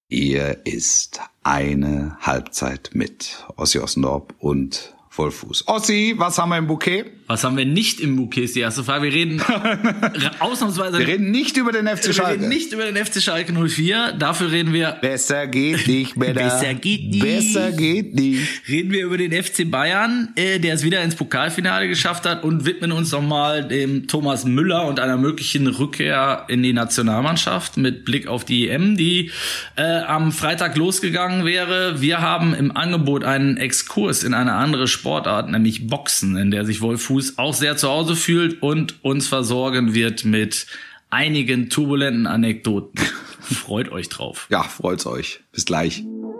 Hier ist eine Halbzeit mit Ossi Ossendorp und Wolfuß. Ossi, was haben wir im Bouquet? Was haben wir nicht im Bouquet, ist die erste Frage. Wir reden ausnahmsweise... Wir reden nicht über den FC Schalke. Wir reden nicht über den FC Schalke 04. Dafür reden wir... Besser geht nicht, Männer. Besser geht nicht. Besser geht nicht. Reden wir über den FC Bayern, der es wieder ins Pokalfinale geschafft hat, und widmen uns nochmal dem Thomas Müller und einer möglichen Rückkehr in die Nationalmannschaft mit Blick auf die EM, die am Freitag losgegangen wäre. Wir haben im Angebot einen Exkurs in eine andere Sportart, nämlich Boxen, in der sich Wolfuß auch sehr zu Hause fühlt und uns versorgen wird mit einigen turbulenten Anekdoten. Freut euch drauf. Ja, freut's euch. Bis gleich.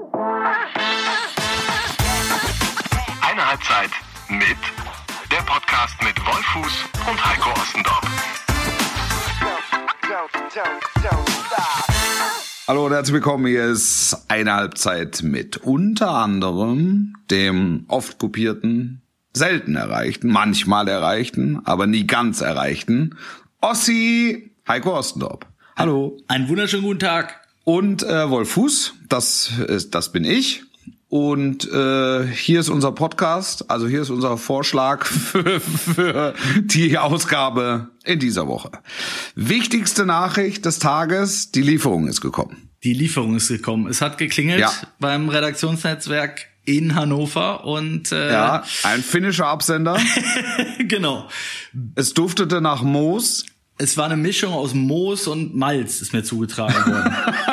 Eine Halbzeit mit der Podcast mit Wolfuß und Heiko Ossendorp. Hallo und herzlich willkommen. Hier ist eine Halbzeit mit unter anderem dem oft kopierten, selten erreichten, manchmal erreichten, aber nie ganz erreichten Ossi Heiko Ossendorp. Hallo. Einen wunderschönen guten Tag. Und Wolfuß, das bin ich. Und hier ist unser Podcast, also hier ist unser Vorschlag für die Ausgabe in dieser Woche. Wichtigste Nachricht des Tages, die Lieferung ist gekommen. Die Lieferung ist gekommen. Es hat geklingelt beim Redaktionsnetzwerk in Hannover und ja, ein finnischer Absender. Genau. Es duftete nach Moos. Es war eine Mischung aus Moos und Malz, ist mir zugetragen worden.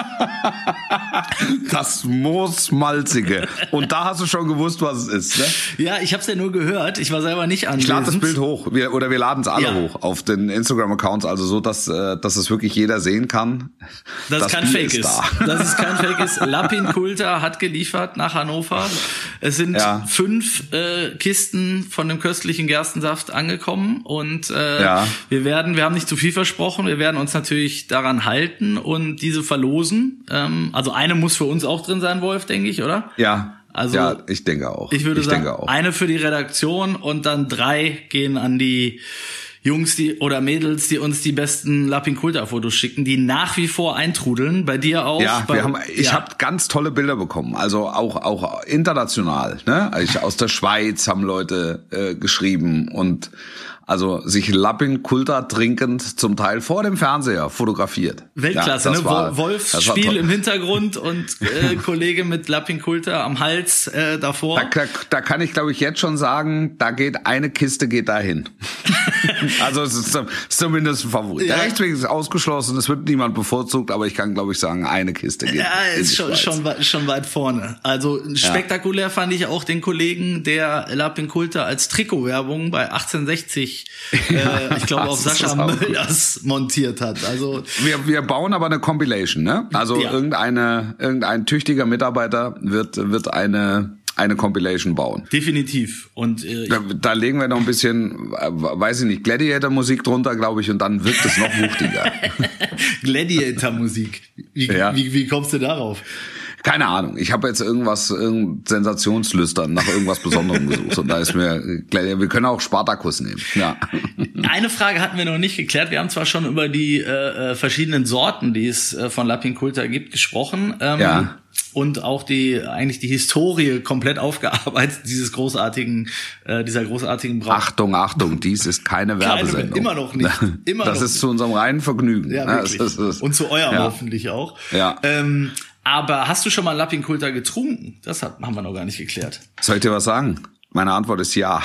Das Moosmalzige. Und da hast du schon gewusst, was es ist, ne? Ja, ich hab's ja nur gehört. Ich war selber nicht anwesend. Ich lade das Bild hoch. Wir laden es alle hoch auf den Instagram-Accounts, also so, dass es wirklich jeder sehen kann. Dass es kein Fake ist. Dass es kein Fake ist. Lapin Kulta hat geliefert nach Hannover. Es sind 5 Kisten von dem köstlichen Gerstensaft angekommen und wir haben nicht zu viel versprochen. Wir werden uns natürlich daran halten und diese verlosen. Also eine muss für uns auch drin sein, Wolf, denke ich, oder? Ja. Also ja, ich denke auch. Ich würde sagen, eine für die Redaktion und dann 3 gehen an die Jungs oder Mädels, die uns die besten Lapin Kulta Fotos schicken, die nach wie vor eintrudeln. Bei dir auch? Ja, ich habe ganz tolle Bilder bekommen, also auch international. Ne? Aus der Schweiz haben Leute geschrieben und also sich Lapin Kulta trinkend zum Teil vor dem Fernseher fotografiert. Weltklasse, ne? Wolfs Spiel im Hintergrund und Kollege mit Lapin Kulta am Hals davor. Da kann ich, glaube ich, jetzt schon sagen, eine Kiste geht dahin. Also es ist zumindest ein Favorit. Der Rechtsweg ist ausgeschlossen, es wird niemand bevorzugt, aber ich kann, glaube ich, sagen, eine Kiste geht. Ja, ist schon weit vorne. Also spektakulär fand ich auch den Kollegen, der Lapin Kulta als Trikotwerbung bei 1860 ich glaube auf Sascha Mölders montiert hat. Also wir bauen aber eine Compilation, ne? Also irgendein tüchtiger Mitarbeiter wird eine Compilation bauen. Definitiv. Und da legen wir noch ein bisschen, weiß ich nicht, Gladiator-Musik drunter, glaube ich, und dann wird es noch wuchtiger. Gladiator-Musik. Wie kommst du darauf? Keine Ahnung. Ich habe jetzt irgendein Sensationslüstern nach irgendwas Besonderem gesucht. Und da ist wir können auch Spartacus nehmen. Ja. Eine Frage hatten wir noch nicht geklärt. Wir haben zwar schon über die verschiedenen Sorten, die es von Lapin Kulta gibt, gesprochen. Und auch die Historie komplett aufgearbeitet, dieser großartigen Brauch. Achtung, dies ist keine Werbesendung. Immer noch nicht. Das ist zu unserem reinen Vergnügen. Ja, wirklich. Und zu eurem hoffentlich auch. Ja. Aber hast du schon mal Lapin Kulta getrunken? Das haben wir noch gar nicht geklärt. Soll ich dir was sagen? Meine Antwort ist ja.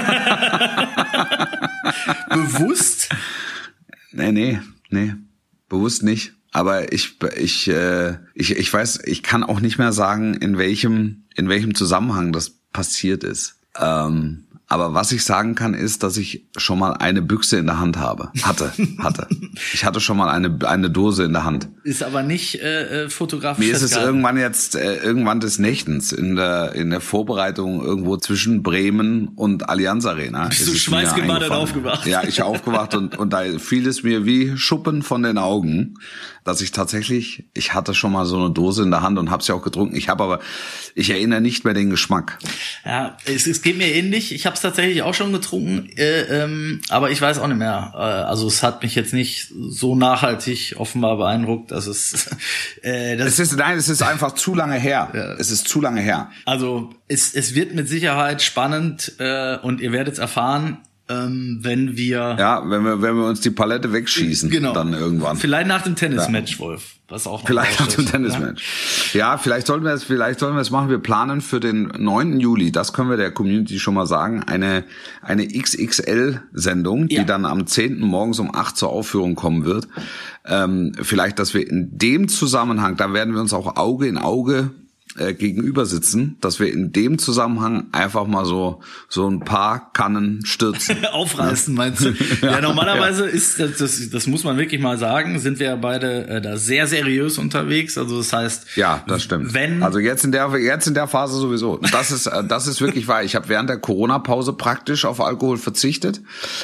Bewusst? Nee. Bewusst nicht. Aber ich weiß, ich kann auch nicht mehr sagen, in welchem Zusammenhang das passiert ist. Aber was ich sagen kann, ist, dass ich schon mal eine Büchse in der Hand hatte. Ich hatte schon mal eine Dose in der Hand. Ist aber nicht fotografisch. Mir ist es irgendwann des Nächtens in der Vorbereitung irgendwo zwischen Bremen und Allianz Arena. Bist du schweißgebadet aufgewacht? Ja, ich aufgewacht und da fiel es mir wie Schuppen von den Augen, dass ich hatte schon mal so eine Dose in der Hand und habe sie auch getrunken. Ich erinnere nicht mehr den Geschmack. Ja, es geht mir ähnlich. Ich habe hab's tatsächlich auch schon getrunken, aber ich weiß auch nicht mehr. Also es hat mich jetzt nicht so nachhaltig offenbar beeindruckt, dass es es ist einfach zu lange her. Ja. Es ist zu lange her. Also es wird mit Sicherheit spannend und ihr werdet es erfahren, wenn wir uns die Palette wegschießen, genau. Dann irgendwann. Vielleicht nach dem Tennismatch, Wolf. Was auch noch vielleicht nach dem Tennismatch. Ja, vielleicht sollten wir es machen. Wir planen für den 9. Juli, das können wir der Community schon mal sagen, eine XXL-Sendung, die dann am 10. morgens um 8 zur Aufführung kommen wird. Vielleicht, dass wir in dem Zusammenhang, da werden wir uns auch Auge in Auge gegenüber sitzen, dass wir in dem Zusammenhang einfach mal so ein paar Kannen stürzen. Aufreißen, meinst du? Ja, normalerweise ist das muss man wirklich mal sagen, sind wir ja beide da sehr seriös unterwegs. Also das heißt, ja, das stimmt. Also jetzt in der Phase sowieso. Das ist wirklich wahr. Ich habe während der Corona-Pause praktisch auf Alkohol verzichtet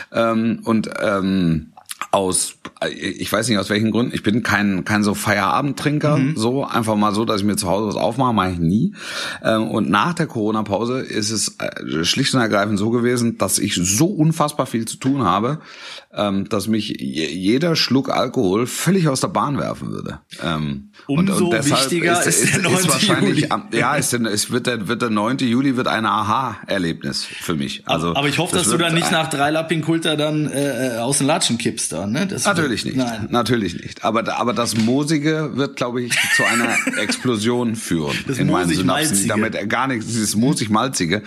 ich weiß nicht aus welchen Gründen, ich bin kein so Feierabendtrinker, so einfach mal so, dass ich mir zu Hause was aufmache, mache ich nie. Und nach der Corona-Pause ist es schlicht und ergreifend so gewesen, dass ich so unfassbar viel zu tun habe, dass mich jeder Schluck Alkohol völlig aus der Bahn werfen würde. Umso wichtiger ist der 9. Juli. Wird der 9. Juli wird ein Aha-Erlebnis für mich. Also, aber ich hoffe, dass du dann nicht nach 3 Lapping-Kulter dann aus den Latschen kippst dann, ne? Natürlich nicht. Aber das Moosige wird, glaube ich, zu einer Explosion führen in meinen Synapsen. Damit gar nichts, dieses moosig-malzige,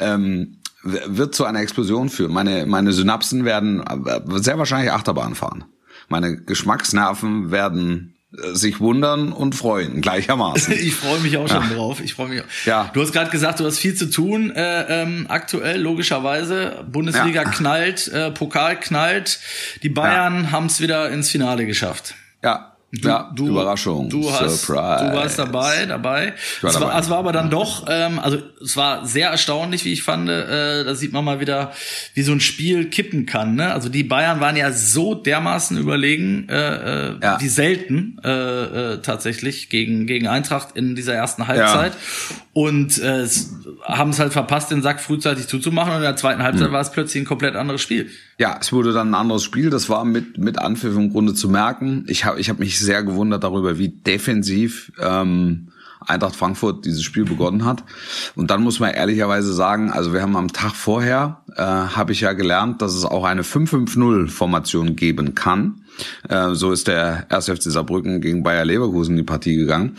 wird zu einer Explosion führen. Meine Synapsen werden sehr wahrscheinlich Achterbahn fahren. Meine Geschmacksnerven werden sich wundern und freuen, gleichermaßen. Ich freue mich auch schon drauf. Ja. Du hast gerade gesagt, du hast viel zu tun aktuell, logischerweise. Bundesliga knallt, Pokal knallt. Die Bayern haben es wieder ins Finale geschafft. Du, Überraschung, Surprise. Du warst dabei. Es war aber dann doch, also es war sehr erstaunlich, wie ich fand. Da sieht man mal wieder, wie so ein Spiel kippen kann. Ne? Also die Bayern waren ja so dermaßen überlegen, wie selten tatsächlich gegen Eintracht in dieser ersten Halbzeit. Und haben es halt verpasst, den Sack frühzeitig zuzumachen. Und in der zweiten Halbzeit war es plötzlich ein komplett anderes Spiel. Ja, es wurde dann ein anderes Spiel. Das war mit Anpfiff im Grunde zu merken. Ich hab mich sehr gewundert darüber, wie defensiv Eintracht Frankfurt dieses Spiel begonnen hat. Und dann muss man ehrlicherweise sagen, also wir haben am Tag vorher, habe ich ja gelernt, dass es auch eine 5-5-0-Formation geben kann. So ist der 1. FC Saarbrücken gegen Bayer Leverkusen in die Partie gegangen.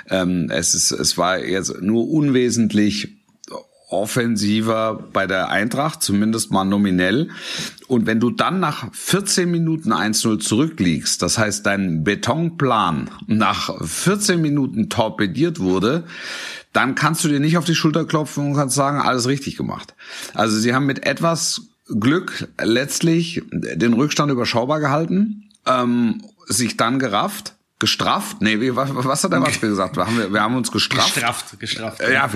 Es war jetzt nur unwesentlich offensiver bei der Eintracht, zumindest mal nominell. Und wenn du dann nach 14 Minuten 1-0 zurückliegst, das heißt, dein Betonplan nach 14 Minuten torpediert wurde, dann kannst du dir nicht auf die Schulter klopfen und kannst sagen, alles richtig gemacht. Also sie haben mit etwas Glück letztlich den Rückstand überschaubar gehalten, sich dann gestrafft? Nee, was hat der Watzke gesagt? Wir haben uns gestrafft. Gestrafft. Ja,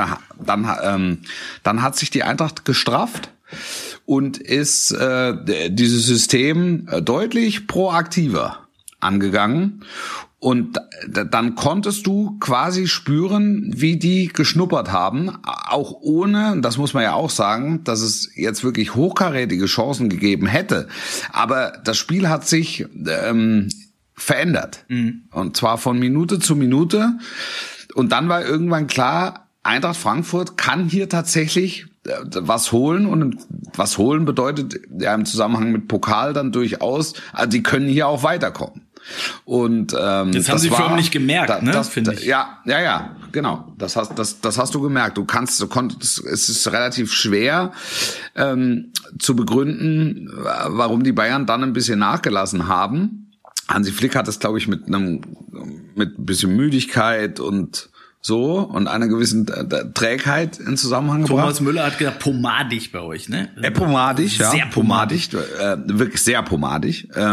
dann hat sich die Eintracht gestrafft und ist dieses System deutlich proaktiver angegangen. Und dann konntest du quasi spüren, wie die geschnuppert haben, auch ohne, das muss man ja auch sagen, dass es jetzt wirklich hochkarätige Chancen gegeben hätte. Aber das Spiel hat sich verändert. Und zwar von Minute zu Minute. Und dann war irgendwann klar, Eintracht Frankfurt kann hier tatsächlich was holen. Und was holen bedeutet ja im Zusammenhang mit Pokal dann durchaus, also die können hier auch weiterkommen. Und das haben sie förmlich gemerkt, finde ich. Ja, genau. Das hast du gemerkt. Es ist relativ schwer zu begründen, warum die Bayern dann ein bisschen nachgelassen haben. Hansi Flick hat es, glaube ich, mit ein bisschen Müdigkeit und so und einer gewissen Trägheit in Zusammenhang gebracht. Thomas Müller hat gesagt, pomadig bei euch, ne? Pomadig, ja. Sehr pomadig. Wirklich sehr pomadig. Jetzt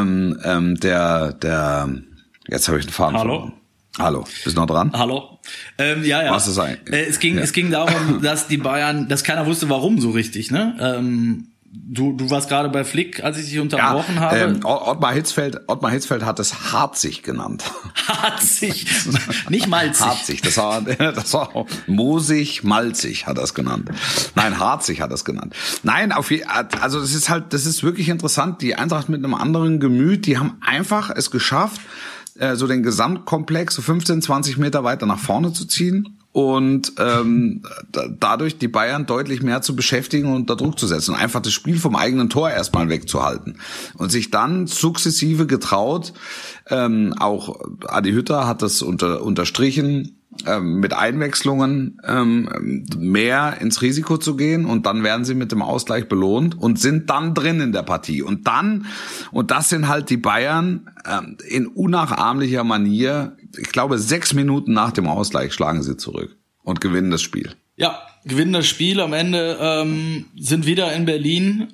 habe ich den Faden verloren. Hallo, bist du noch dran? Hallo. Ja. Was ist eigentlich? Es ging darum, dass die Bayern, dass keiner wusste, warum so richtig, ne? du warst gerade bei Flick, als ich dich unterbrochen habe. Ottmar Hitzfeld hat es harzig genannt. Harzig, nicht malzig. Harzig, das war moosig, malzig hat er es genannt. Nein, harzig hat er es genannt. Nein, also das ist wirklich interessant. Die Eintracht mit einem anderen Gemüt, die haben einfach es geschafft, so den Gesamtkomplex so 15, 20 Meter weiter nach vorne zu ziehen und dadurch die Bayern deutlich mehr zu beschäftigen und unter Druck zu setzen und einfach das Spiel vom eigenen Tor erstmal wegzuhalten und sich dann sukzessive getraut, auch Adi Hütter hat das unterstrichen, mit Einwechslungen mehr ins Risiko zu gehen und dann werden sie mit dem Ausgleich belohnt und sind dann drin in der Partie. Und das sind halt die Bayern in unnachahmlicher Manier, ich glaube 6 Minuten nach dem Ausgleich schlagen sie zurück und gewinnen das Spiel. Ja, gewinnen das Spiel. Am Ende sind wieder in Berlin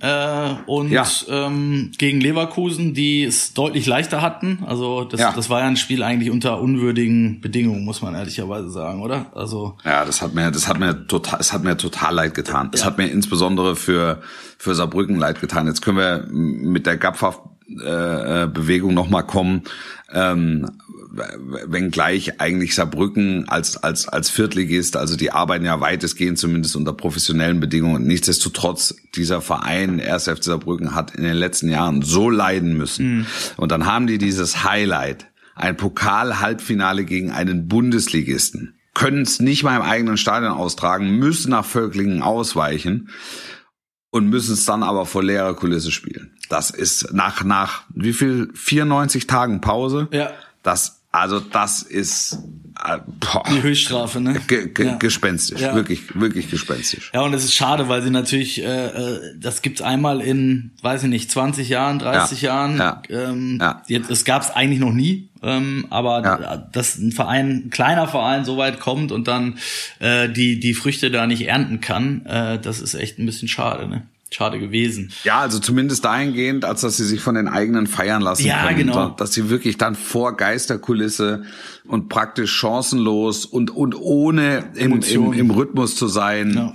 gegen Leverkusen, die es deutlich leichter hatten. Also das war ja ein Spiel eigentlich unter unwürdigen Bedingungen, muss man ehrlicherweise sagen, oder? Also ja, das hat mir total leid getan. Es hat mir insbesondere für Saarbrücken leid getan. Jetzt können wir mit der Gapfer-Bewegung nochmal kommen. Wenngleich eigentlich Saarbrücken als Viertligist, also die arbeiten ja weitestgehend zumindest unter professionellen Bedingungen. Nichtsdestotrotz, dieser Verein, 1. FC Saarbrücken, hat in den letzten Jahren so leiden müssen. Und dann haben die dieses Highlight, ein Pokal-Halbfinale gegen einen Bundesligisten, können es nicht mal im eigenen Stadion austragen, müssen nach Völklingen ausweichen und müssen es dann aber vor leerer Kulisse spielen. Das ist nach wie viel? 94 Tagen Pause? Ja. Das ist die Höchststrafe, ne? Gespenstisch, ja. Wirklich gespenstisch. Ja, und es ist schade, weil sie natürlich, das gibt's einmal in, weiß ich nicht, 20 Jahren, 30 Jahren. Ja. Es gab's eigentlich noch nie, aber dass ein kleiner Verein so weit kommt und dann die Früchte da nicht ernten kann, das ist echt ein bisschen schade, ne? Schade gewesen. Ja, also zumindest dahingehend, als dass sie sich von den eigenen feiern lassen können. Genau. Dass sie wirklich dann vor Geisterkulisse und praktisch chancenlos und ohne im Rhythmus zu sein,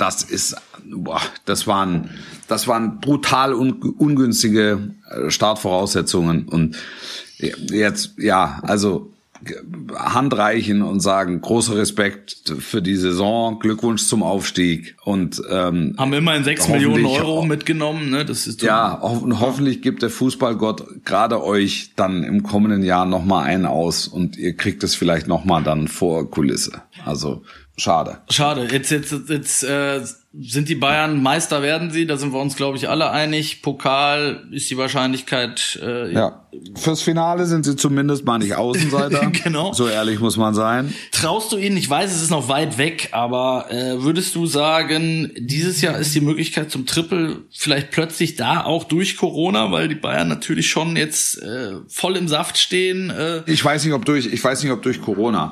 das waren brutal ungünstige Startvoraussetzungen. Und jetzt, also handreichen und sagen, großer Respekt für die Saison, Glückwunsch zum Aufstieg und haben immerhin 6 Millionen Euro mitgenommen, ne? Das ist und hoffentlich gibt der Fußballgott gerade euch dann im kommenden Jahr nochmal einen aus und ihr kriegt es vielleicht nochmal dann vor Kulisse. Also schade. Jetzt sind die Bayern Meister, werden sie, da sind wir uns, glaube ich, alle einig. Pokal ist die Wahrscheinlichkeit fürs Finale sind sie zumindest mal nicht Außenseiter. Genau. So ehrlich muss man sein. Traust du ihnen, ich weiß, es ist noch weit weg, aber würdest du sagen, dieses Jahr ist die Möglichkeit zum Triple vielleicht plötzlich da, auch durch Corona, weil die Bayern natürlich schon jetzt voll im Saft stehen? Ich weiß nicht, ob durch Corona.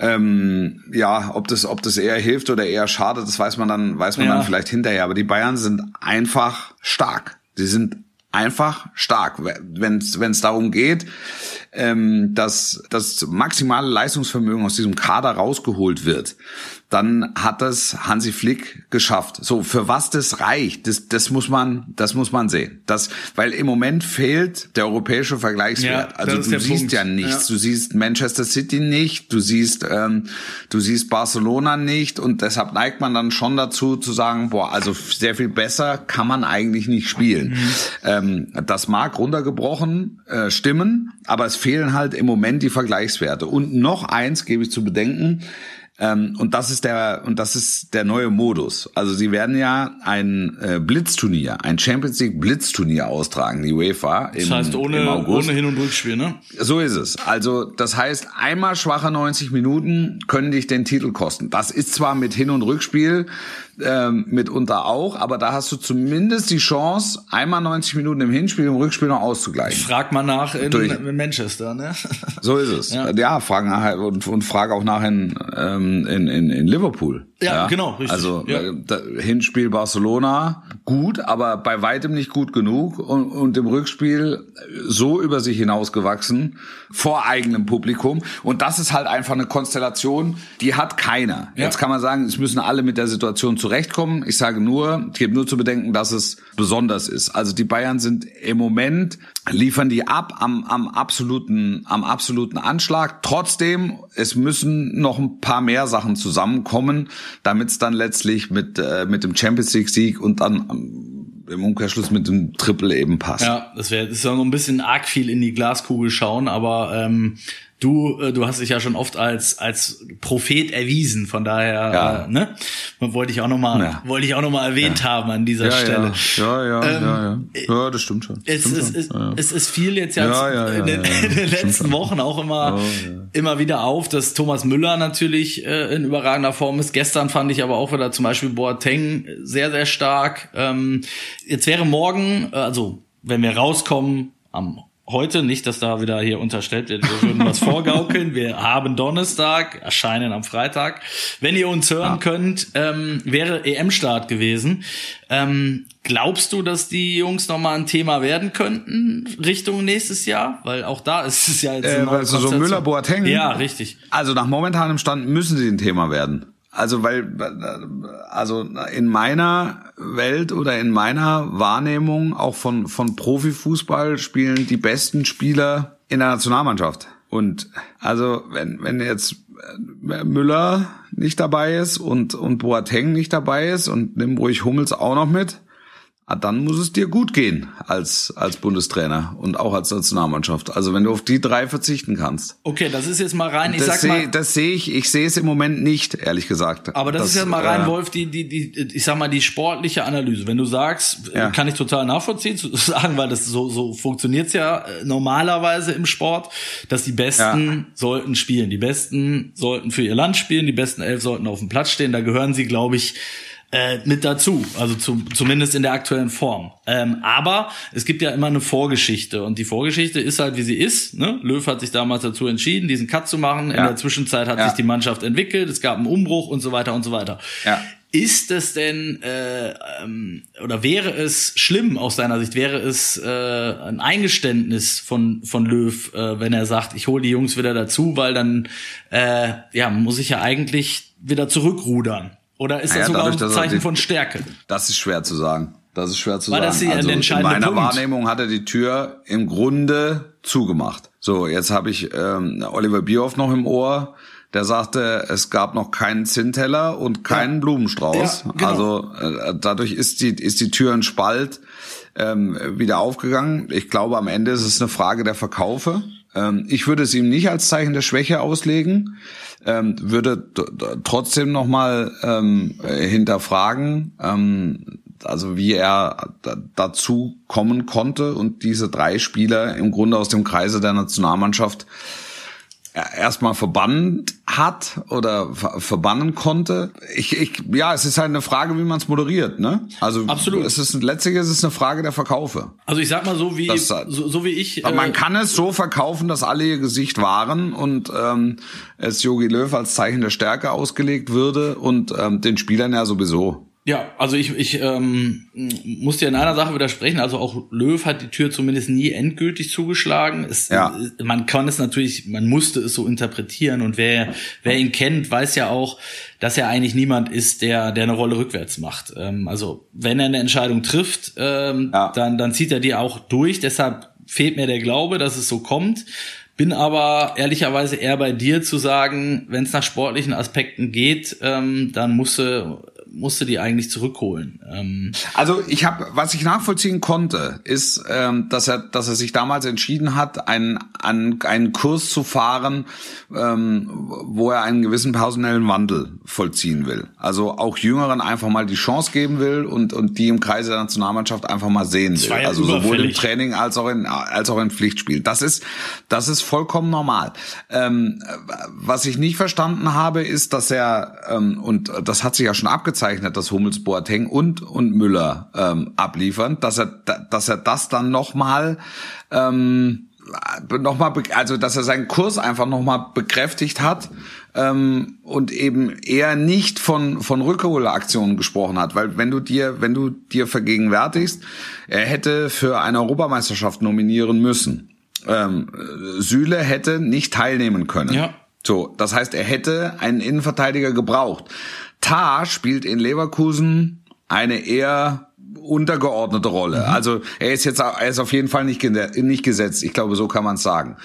Ob das eher hilft oder eher schadet, das weiß man dann vielleicht hinterher. Aber die Bayern sind einfach stark. Sie sind einfach stark, wenn es darum geht, dass das maximale Leistungsvermögen aus diesem Kader rausgeholt wird, dann hat das Hansi Flick geschafft. So, für was das reicht, das muss man sehen. Weil im Moment fehlt der europäische Vergleichswert. Ja, also du siehst ja nichts. Ja. Du siehst Manchester City nicht, du siehst Barcelona nicht und deshalb neigt man dann schon dazu zu sagen, also sehr viel besser kann man eigentlich nicht spielen. Das mag runtergebrochen stimmen, aber es fehlen halt im Moment die Vergleichswerte. Und noch eins gebe ich zu bedenken, und das ist der neue Modus. Also sie werden ja ein Blitzturnier, ein Champions League Blitzturnier austragen, die UEFA im August. Das heißt ohne Hin- und Rückspiel, ne? So ist es. Also das heißt, einmal schwache 90 Minuten können dich den Titel kosten. Das ist zwar mit Hin- und Rückspiel mitunter auch, aber da hast du zumindest die Chance, einmal 90 Minuten im Hinspiel, im Rückspiel noch auszugleichen. Frag mal nach in Manchester, ne? So ist es. Ja, frag nachher und frag auch nach in in Liverpool. Ja, genau, richtig. Also Hinspiel Barcelona gut, aber bei weitem nicht gut genug und im Rückspiel so über sich hinausgewachsen vor eigenem Publikum. Und das ist halt einfach eine Konstellation, die hat keiner. Ja. Jetzt kann man sagen, es müssen alle mit der Situation zurechtkommen. Ich sage nur, ich gebe nur zu bedenken, dass es besonders ist. Also die Bayern sind im Moment, liefern die ab am absoluten Anschlag. Trotzdem, es müssen noch ein paar mehr Sachen zusammenkommen, damit es dann letztlich mit dem Champions League Sieg und dann im Umkehrschluss mit dem Triple eben passt. Ja, das ist ja noch ein bisschen arg viel in die Glaskugel schauen, aber du hast dich ja schon oft als Prophet erwiesen, von daher wollte ich auch noch mal erwähnt haben an dieser Stelle. Ja, das stimmt schon. Es ist viel jetzt in den letzten Wochen auch immer wieder auf, dass Thomas Müller natürlich in überragender Form ist. Gestern fand ich aber auch wieder zum Beispiel Boateng sehr, sehr stark. Jetzt wäre morgen, also wenn wir rauskommen am heute, nicht, dass da wieder hier unterstellt wird, wir würden was vorgaukeln. Wir haben Donnerstag, erscheinen am Freitag. Wenn ihr uns hören könnt, wäre EM-Start gewesen. Glaubst du, dass die Jungs nochmal ein Thema werden könnten Richtung nächstes Jahr? Weil auch da ist es ja jetzt also so Müller, Boateng. Ja, richtig. Also nach momentanem Stand müssen sie ein Thema werden. Also in meiner Welt oder in meiner Wahrnehmung auch von Profifußball spielen die besten Spieler in der Nationalmannschaft. Und also wenn jetzt Müller nicht dabei ist und Boateng nicht dabei ist und nimm ruhig Hummels auch noch mit, dann muss es dir gut gehen als Bundestrainer und auch als Nationalmannschaft. Also wenn du auf die 3 verzichten kannst. Okay, das ist jetzt mal rein. Ich sehe es im Moment nicht, ehrlich gesagt. Aber das ist ja mal rein, Wolf, ich sag mal, die sportliche Analyse. Wenn du sagst, kann ich total nachvollziehen, zu sagen, weil das so funktioniert's ja normalerweise im Sport, dass die Besten sollten spielen. Die Besten sollten für ihr Land spielen, die besten 11 sollten auf dem Platz stehen. Da gehören sie, glaube ich, mit dazu, also zumindest in der aktuellen Form. Aber es gibt ja immer eine Vorgeschichte und die Vorgeschichte ist halt, wie sie ist. Ne? Löw hat sich damals dazu entschieden, diesen Cut zu machen. In der Zwischenzeit hat sich die Mannschaft entwickelt, es gab einen Umbruch und so weiter und so weiter. Ja. Ist es denn, oder wäre es schlimm aus deiner Sicht, wäre es ein Eingeständnis von Löw, wenn er sagt, ich hole die Jungs wieder dazu, weil dann muss ich ja eigentlich wieder zurückrudern? Oder ist das sogar ein Zeichen von Stärke? Das ist schwer zu sagen. Weil das ist also in meiner Wahrnehmung hat er die Tür im Grunde zugemacht. So, jetzt habe ich Oliver Bierhoff noch im Ohr, der sagte, es gab noch keinen Zinnteller und keinen Blumenstrauß. Ja, genau. Also dadurch ist die Tür ein Spalt wieder aufgegangen. Ich glaube, am Ende ist es eine Frage der Verkaufe. Ich würde es ihm nicht als Zeichen der Schwäche auslegen, würde trotzdem nochmal hinterfragen, also wie er dazu kommen konnte und diese 3 Spieler im Grunde aus dem Kreise der Nationalmannschaft erstmal verbannt hat oder verbannen konnte. Es ist halt eine Frage, wie man es moderiert, ne? Also absolut. Letztlich ist es eine Frage der Verkaufe. Also ich sag mal so wie ich. Man kann es so verkaufen, dass alle ihr Gesicht wahren und es Jogi Löw als Zeichen der Stärke ausgelegt würde und den Spielern ja sowieso. Ja, also ich muss dir in einer Sache widersprechen. Also auch Löw hat die Tür zumindest nie endgültig zugeschlagen. Man musste es so interpretieten und wer ihn kennt, weiß ja auch, dass er eigentlich niemand ist, der eine Rolle rückwärts macht. Also wenn er eine Entscheidung trifft, dann zieht er die auch durch. Deshalb fehlt mir der Glaube, dass es so kommt. Bin aber ehrlicherweise eher bei dir zu sagen, wenn es nach sportlichen Aspekten geht, dann musste die eigentlich zurückholen. Also was ich nachvollziehen konnte, ist, dass er sich damals entschieden hat, einen Kurs zu fahren, wo er einen gewissen personellen Wandel vollziehen will. Also auch Jüngeren einfach mal die Chance geben will und die im Kreise der Nationalmannschaft einfach mal sehen will. Also sowohl im Training als auch in Pflichtspielen. Das ist vollkommen normal. Was ich nicht verstanden habe, ist, dass er und das hat sich ja schon abgezeichnet, dass Hummels, Boateng und Müller abliefern, dass er das dann nochmal, also dass er seinen Kurs einfach nochmal bekräftigt hat, und eben eher nicht von Rückholaktionen gesprochen hat, weil wenn du dir vergegenwärtigst, er hätte für eine Europameisterschaft nominieren müssen. Süle hätte nicht teilnehmen können. Ja. So, das heißt, er hätte einen Innenverteidiger gebraucht. Tah spielt in Leverkusen eine eher untergeordnete Rolle. Also er ist auf jeden Fall nicht gesetzt. Ich glaube, so kann man es sagen.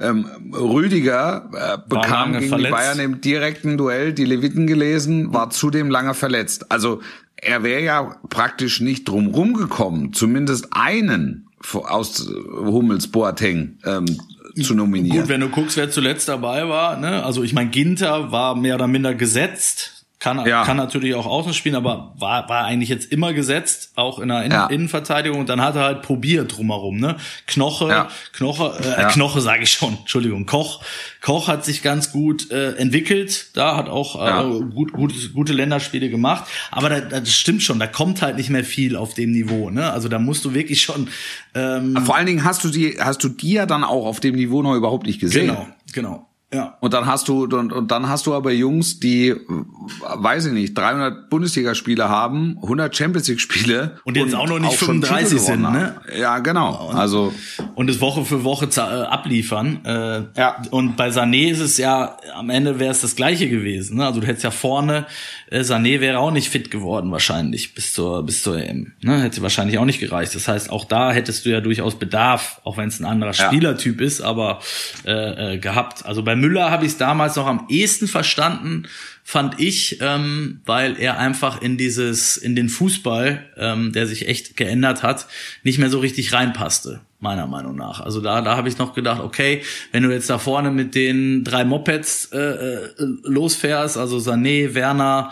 Rüdiger bekam gegen die Bayern im direkten Duell die Leviten gelesen, war zudem lange verletzt. Also er wäre ja praktisch nicht drumrum gekommen, zumindest einen aus Hummels, Boateng zu nominieren. Gut, wenn du guckst, wer zuletzt dabei war, ne? Also ich meine, Ginter war mehr oder minder gesetzt. Kann natürlich auch außen spielen, aber war eigentlich jetzt immer gesetzt, auch in der Innenverteidigung. Und dann hat er halt probiert drumherum, ne? Knoche sage ich schon, Entschuldigung, Koch hat sich ganz gut entwickelt, da hat auch gute Länderspiele gemacht. Aber das stimmt schon, da kommt halt nicht mehr viel auf dem Niveau, ne? Also da musst du wirklich schon vor allen Dingen hast du die ja dann auch auf dem Niveau noch überhaupt nicht gesehen. Genau. Ja. Und dann hast du aber Jungs, die, weiß ich nicht, 300 Bundesligaspiele haben, 100 Champions League Spiele und jetzt auch noch nicht 35 sind, ne? Ja, genau. Und es Woche für Woche abliefern. Und bei Sané ist es ja, am Ende wäre es das Gleiche gewesen, ne? Also du hättest ja vorne, Sané wäre auch nicht fit geworden wahrscheinlich bis zur EM, ne? Hätte wahrscheinlich auch nicht gereicht. Das heißt, auch da hättest du ja durchaus Bedarf, auch wenn es ein anderer Spielertyp ist, aber gehabt. Also bei Müller habe ich es damals noch am ehesten verstanden, fand ich, weil er einfach in den Fußball, der sich echt geändert hat, nicht mehr so richtig reinpasste, meiner Meinung nach. Also da habe ich noch gedacht, okay, wenn du jetzt da vorne mit den 3 Mopeds losfährst, also Sané, Werner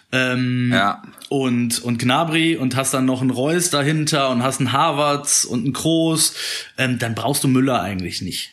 und Gnabry und hast dann noch einen Reus dahinter und hast einen Havertz und einen Kroos, dann brauchst du Müller eigentlich nicht.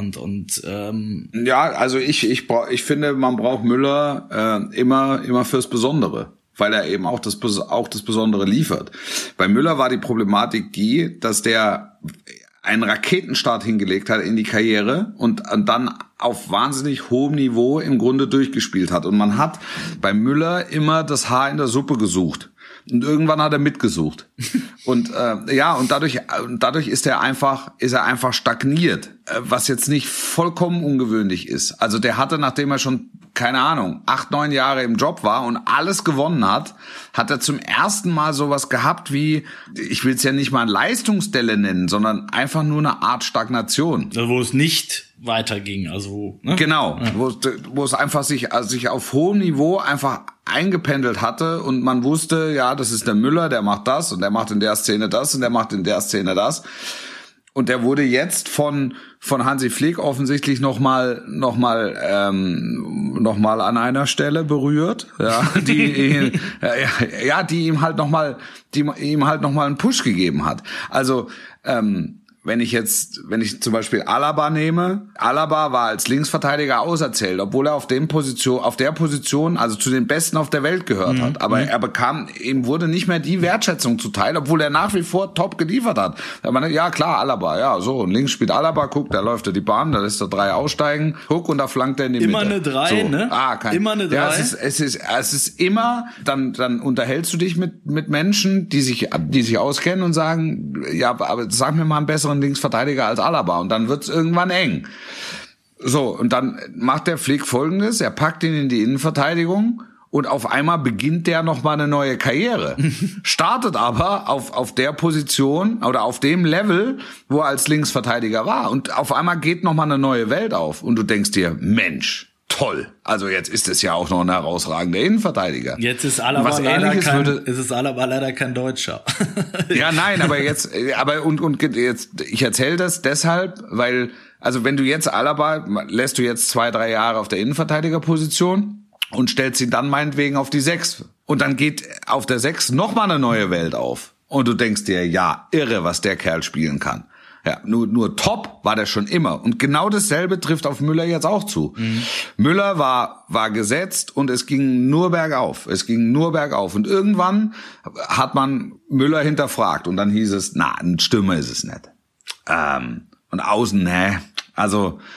Also ich finde, man braucht Müller immer fürs Besondere, weil er eben auch das Besondere liefert. Bei Müller war die Problematik die, dass der einen Raketenstart hingelegt hat in die Karriere und dann auf wahnsinnig hohem Niveau im Grunde durchgespielt hat. Und man hat bei Müller immer das Haar in der Suppe gesucht. Und irgendwann hat er mitgesucht. Und dadurch ist er einfach stagniert, was jetzt nicht vollkommen ungewöhnlich ist. Also der hatte, nachdem er schon, keine Ahnung, 8, 9 Jahre im Job war und alles gewonnen hat er zum ersten Mal sowas gehabt wie, ich will es ja nicht mal Leistungsdelle nennen, sondern einfach nur eine Art Stagnation. Also wo es nicht weiterging, also ne? Genau, wo es einfach sich auf hohem Niveau einfach eingependelt hatte und man wusste, ja, das ist der Müller, der macht das und der macht in der Szene das und der macht in der Szene das. Und der wurde jetzt von Hansi Flick offensichtlich noch mal an einer Stelle berührt, die ihm halt noch mal einen Push gegeben hat. Also wenn ich zum Beispiel Alaba nehme, Alaba war als Linksverteidiger auserzählt, obwohl er auf der Position, also zu den Besten auf der Welt gehört hat. Aber ihm wurde nicht mehr die Wertschätzung zuteil, obwohl er nach wie vor top geliefert hat. Ja klar, Alaba, ja, so. Und links spielt Alaba, guck, da läuft er die Bahn, da lässt er 3 aussteigen, guck, und da flankt er in die Mitte. Immer eine 3, so. Ne? Immer eine 3. Ja, es ist immer, dann unterhältst du dich mit Menschen, die sich auskennen und sagen, ja, aber sag mir mal einen besseren Linksverteidiger als Alaba, und dann wird's irgendwann eng. So, und dann macht der Flick Folgendes, er packt ihn in die Innenverteidigung und auf einmal beginnt der nochmal eine neue Karriere. Startet aber auf der Position oder auf dem Level, wo er als Linksverteidiger war, und auf einmal geht nochmal eine neue Welt auf und du denkst dir, Mensch, toll. Also jetzt ist es ja auch noch ein herausragender Innenverteidiger. Jetzt ist Alaba leider kein Deutscher. Ja, nein, aber jetzt ich erzähle das deshalb, weil, also wenn du jetzt Alaba, lässt du jetzt 2, 3 Jahre auf der Innenverteidigerposition und stellst ihn dann meinetwegen auf die 6. Und dann geht auf der 6 nochmal eine neue Welt auf. Und du denkst dir, ja, irre, was der Kerl spielen kann. Ja, nur top war der schon immer. Und genau dasselbe trifft auf Müller jetzt auch zu. Müller war gesetzt und es ging nur bergauf. Und irgendwann hat man Müller hinterfragt und dann hieß es, ein Stürmer ist es nicht. Und außen, Also,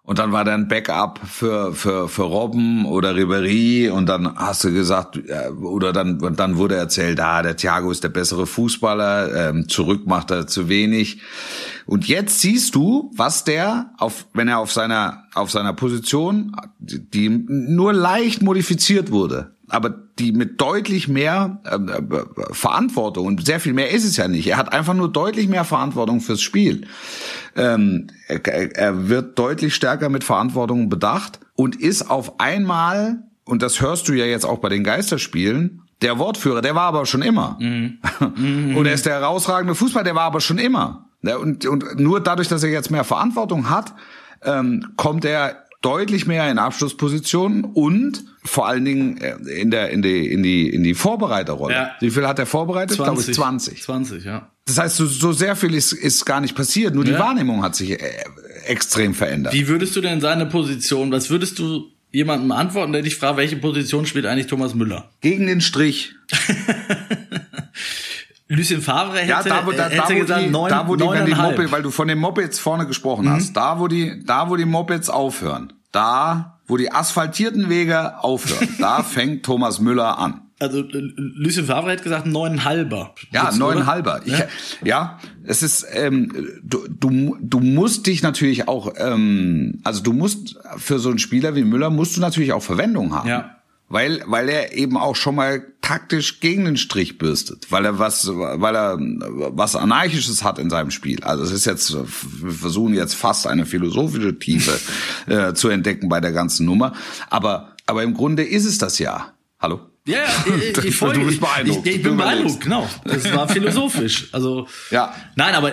Und dann war der ein Backup für Robben oder Ribéry und dann hast du gesagt, oder dann wurde erzählt, der Thiago ist der bessere Fußballer, zurück macht er zu wenig. Und jetzt siehst du, was der wenn er auf seiner Position, die nur leicht modifiziert wurde, aber die mit deutlich mehr Verantwortung, und sehr viel mehr ist es ja nicht. Er hat einfach nur deutlich mehr Verantwortung fürs Spiel. Er wird deutlich stärker mit Verantwortung bedacht und ist auf einmal, und das hörst du ja jetzt auch bei den Geisterspielen, der Wortführer, der war aber schon immer. Und er ist der herausragende Fußballer, der war aber schon immer. Und nur dadurch, dass er jetzt mehr Verantwortung hat, kommt er deutlich mehr in Abschlusspositionen und vor allen Dingen in die Vorbereiterrolle. Ja. Wie viel hat er vorbereitet? 20. Glaube ich 20. 20, ja. Das heißt, so sehr viel ist gar nicht passiert. Nur die Wahrnehmung hat sich extrem verändert. Wie würdest du denn seine Position, was würdest du jemandem antworten, der dich fragt, welche Position spielt eigentlich Thomas Müller? Gegen den Strich. Lucien Favre hätte gesagt, weil du von den Mopeds vorne gesprochen hast, da wo die Mopeds aufhören, da wo die asphaltierten Wege aufhören, da fängt Thomas Müller an. Also Lucien Favre hat gesagt 9,5er. Ja, 9,5er. Ja, es ist du musst dich natürlich auch also du musst für so einen Spieler wie Müller musst du natürlich auch Verwendung haben. Ja. Weil er eben auch schon mal taktisch gegen den Strich bürstet, weil er was Anarchisches hat in seinem Spiel. Also es ist jetzt, wir versuchen jetzt fast eine philosophische Tiefe zu entdecken bei der ganzen Nummer. Aber im Grunde ist es das ja. Hallo? Ja, ich folge. Du bist beeindruckt. Ich bin beeindruckt, genau. Das war philosophisch. Also, ja. Nein, aber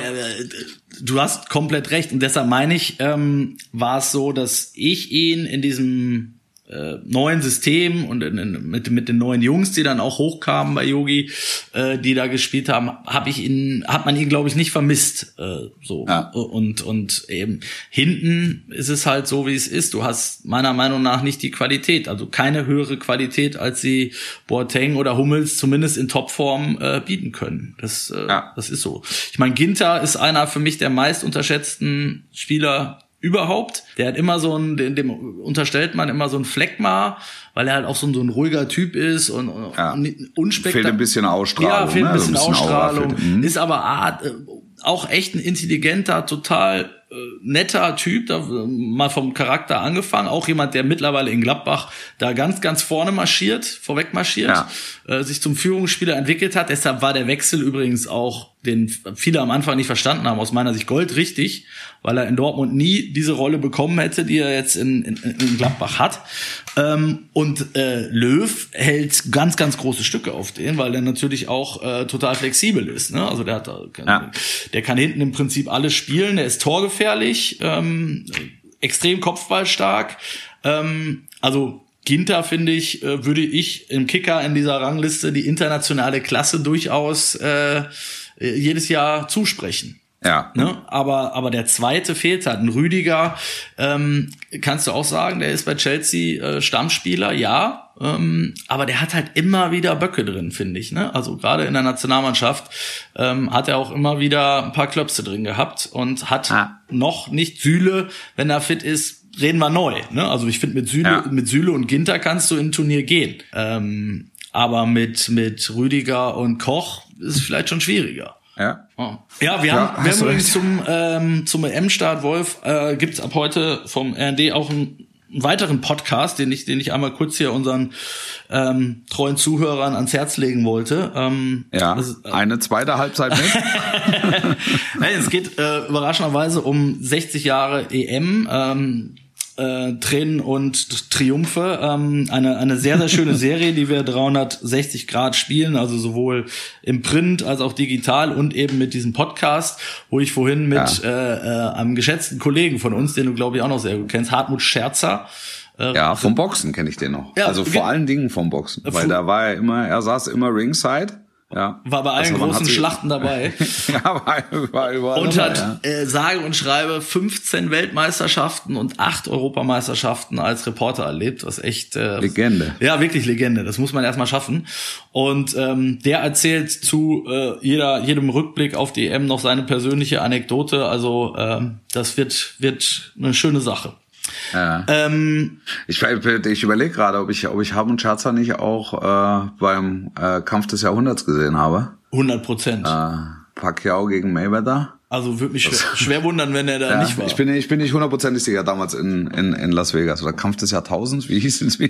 du hast komplett recht. Und deshalb meine ich, war es so, dass ich ihn in diesem neuen System und mit den neuen Jungs, die dann auch hochkamen bei Yogi, die da gespielt haben, hat man ihn glaube ich nicht vermisst, so. Ja. Und eben hinten ist es halt so, wie es ist. Du hast meiner Meinung nach nicht die Qualität, also keine höhere Qualität, als sie Boateng oder Hummels zumindest in Topform bieten können. Das ist so. Ich meine, Ginter ist einer für mich der meist unterschätzten Spieler überhaupt. Der hat immer dem unterstellt man immer so ein Phlegma, weil er halt auch so ein ruhiger Typ ist und unspektakulär. Fehlt ein bisschen Ausstrahlung. Ja, fehlt ein bisschen Ausstrahlung. Ist aber auch echt ein intelligenter, total netter Typ, da mal vom Charakter angefangen, auch jemand, der mittlerweile in Gladbach da ganz, ganz vorne vorweg marschiert, sich zum Führungsspieler entwickelt hat. Deshalb war der Wechsel übrigens auch, den viele am Anfang nicht verstanden haben, aus meiner Sicht goldrichtig, weil er in Dortmund nie diese Rolle bekommen hätte, die er jetzt in Gladbach hat. Und Löw hält ganz, ganz große Stücke auf den, weil er natürlich auch total flexibel ist. Ne? Also der kann hinten im Prinzip alles spielen, der ist torgefährlich, extrem kopfballstark. Also Ginter, finde ich, würde ich im Kicker in dieser Rangliste die internationale Klasse durchaus jedes Jahr zusprechen. Ja. Ne? Aber der zweite fehlt halt. Ein Rüdiger, kannst du auch sagen, der ist bei Chelsea Stammspieler, ja. Aber der hat halt immer wieder Böcke drin, finde ich. Ne? Also gerade in der Nationalmannschaft hat er auch immer wieder ein paar Klöpse drin gehabt und hat noch nicht Süle, wenn er fit ist, reden wir neu. Ne? Also ich finde, mit Süle und Ginter kannst du in ein Turnier gehen. Aber mit Rüdiger und Koch ist es vielleicht schon schwieriger. Ja. Oh. Ja, wir haben übrigens zum EM-Start, Wolf, gibt's ab heute vom RND auch einen weiteren Podcast, den ich einmal kurz hier unseren treuen Zuhörern ans Herz legen wollte. Eine zweite Halbzeit mit. Nein, es geht überraschenderweise um 60 Jahre EM. Tränen und Triumphe, eine sehr, sehr schöne Serie, die wir 360 Grad spielen, also sowohl im Print als auch digital und eben mit diesem Podcast, wo ich vorhin mit einem geschätzten Kollegen von uns, den du glaube ich auch noch sehr gut kennst, Hartmut Scherzer. Vom Boxen kenne ich den noch. Ja, also vor allen Dingen vom Boxen, weil da war er saß immer ringside. Ja. War bei allen großen Schlachten dabei. war überall und dabei, hat sage und schreibe 15 Weltmeisterschaften und 8 Europameisterschaften als Reporter erlebt, was echt Legende. Ja, wirklich Legende. Das muss man erstmal schaffen. Und der erzählt zu jedem Rückblick auf die EM noch seine persönliche Anekdote. Also das wird eine schöne Sache. Ja. Ich überlege gerade, ob ich Hartmut Scherzer nicht auch beim Kampf des Jahrhunderts gesehen habe. 100%. Pacquiao gegen Mayweather. Also würde mich schwer wundern, wenn er da nicht war. Ich bin nicht 100% sicher, damals in Las Vegas. Oder Kampf des Jahrtausends, wie hieß es?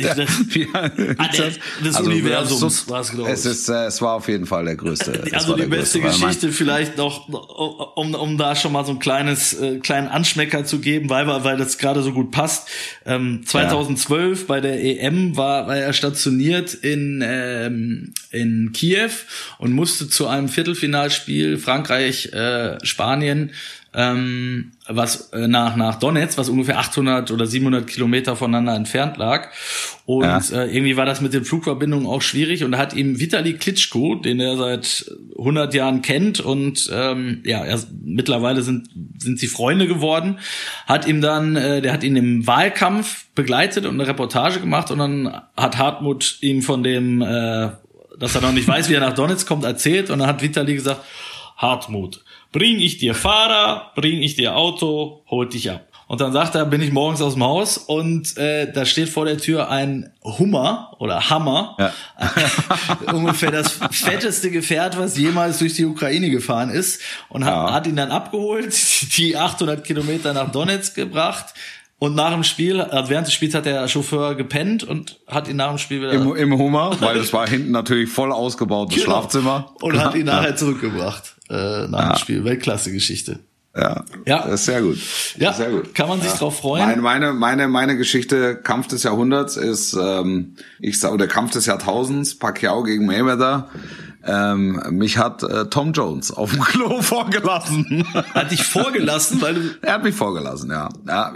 Das Universums war es, glaube ich. Es war auf jeden Fall der größte. Also die beste Geschichte vielleicht noch, um da schon mal so ein kleinen Anschmecker zu geben, weil das gerade so gut passt. 2012 bei der EM war er stationiert in Kiew und musste zu einem Viertelfinalspiel Frankreich Spanien, was nach Donetsk, was ungefähr 800 oder 700 Kilometer voneinander entfernt lag. Und irgendwie war das mit den Flugverbindungen auch schwierig. Und da hat ihm Vitali Klitschko, den er seit 100 Jahren kennt und mittlerweile sind sie Freunde geworden, der hat ihn im Wahlkampf begleitet und eine Reportage gemacht. Und dann hat Hartmut ihm von dem, dass er noch nicht weiß, wie er nach Donetsk kommt, erzählt. Und dann hat Vitali gesagt: Hartmut, bring ich dir Fahrer, bring ich dir Auto, hol dich ab. Und dann sagt er, bin ich morgens aus dem Haus und da steht vor der Tür ein Hummer oder Hammer, ungefähr das fetteste Gefährt, was jemals durch die Ukraine gefahren ist, und hat ihn dann abgeholt, die 800 Kilometer nach Donetsk gebracht. Und nach dem Spiel, also während des Spiels hat der Chauffeur gepennt und hat ihn nach dem Spiel wieder... Im Hummer, weil es war hinten natürlich voll ausgebautes Schlafzimmer. Und hat ihn nachher zurückgebracht nach dem Spiel. Weltklasse-Geschichte. Ja, das ist sehr gut. Ja, sehr gut. Kann man sich drauf freuen. Meine Geschichte, Kampf des Jahrhunderts ist, oder Kampf des Jahrtausends, Pacquiao gegen Mayweather. Mich hat Tom Jones auf dem Klo vorgelassen. Hat dich vorgelassen, weil du... Er hat mich vorgelassen, ja.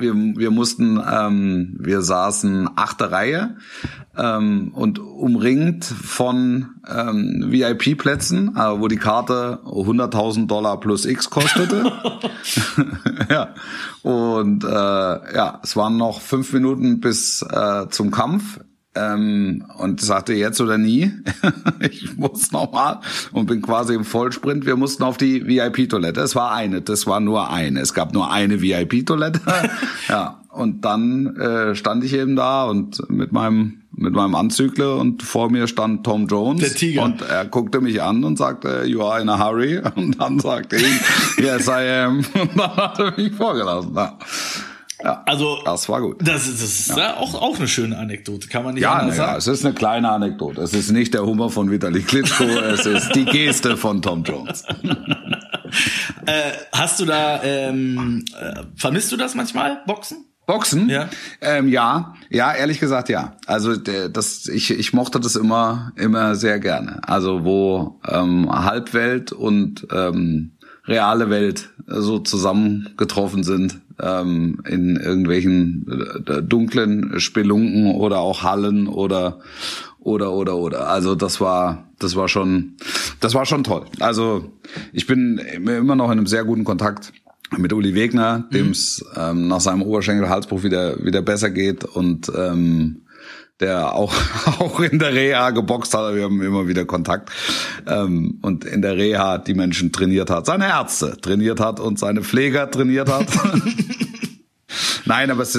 Wir saßen 8. Reihe und umringt von VIP-Plätzen, wo die Karte $100.000 plus X kostete. Ja. Und es waren noch 5 Minuten bis zum Kampf. Und sagte, jetzt oder nie. Ich muss nochmal und bin quasi im Vollsprint. Wir mussten auf die VIP-Toilette. Das war nur eine. Es gab nur eine VIP-Toilette. Ja. Und dann stand ich eben da und mit meinem Anzügle, und vor mir stand Tom Jones. Der Tiger. Und er guckte mich an und sagte, you are in a hurry. Und dann sagte ich, yes I am. Und dann hat er mich vorgelassen. Ja, also das war gut. Das ist auch eine schöne Anekdote, kann man nicht anders sagen. Ja, es ist eine kleine Anekdote. Es ist nicht der Humor von Vitali Klitschko, es ist die Geste von Tom Jones. Hast du da, vermisst du das manchmal, Boxen? Boxen? Ja. Ja, ehrlich gesagt, ja. Also ich mochte das immer sehr gerne. Also wo Halbwelt und reale Welt so zusammengetroffen sind. In irgendwelchen dunklen Spelunken oder auch Hallen oder. Also das war schon toll. Also ich bin immer noch in einem sehr guten Kontakt mit Uli Wegner, dem es nach seinem Oberschenkel-Halsbruch wieder besser geht, und der auch in der Reha geboxt hat. Wir haben immer wieder Kontakt. Und in der Reha die Menschen trainiert hat, seine Ärzte trainiert hat und seine Pfleger trainiert hat. Nein, aber es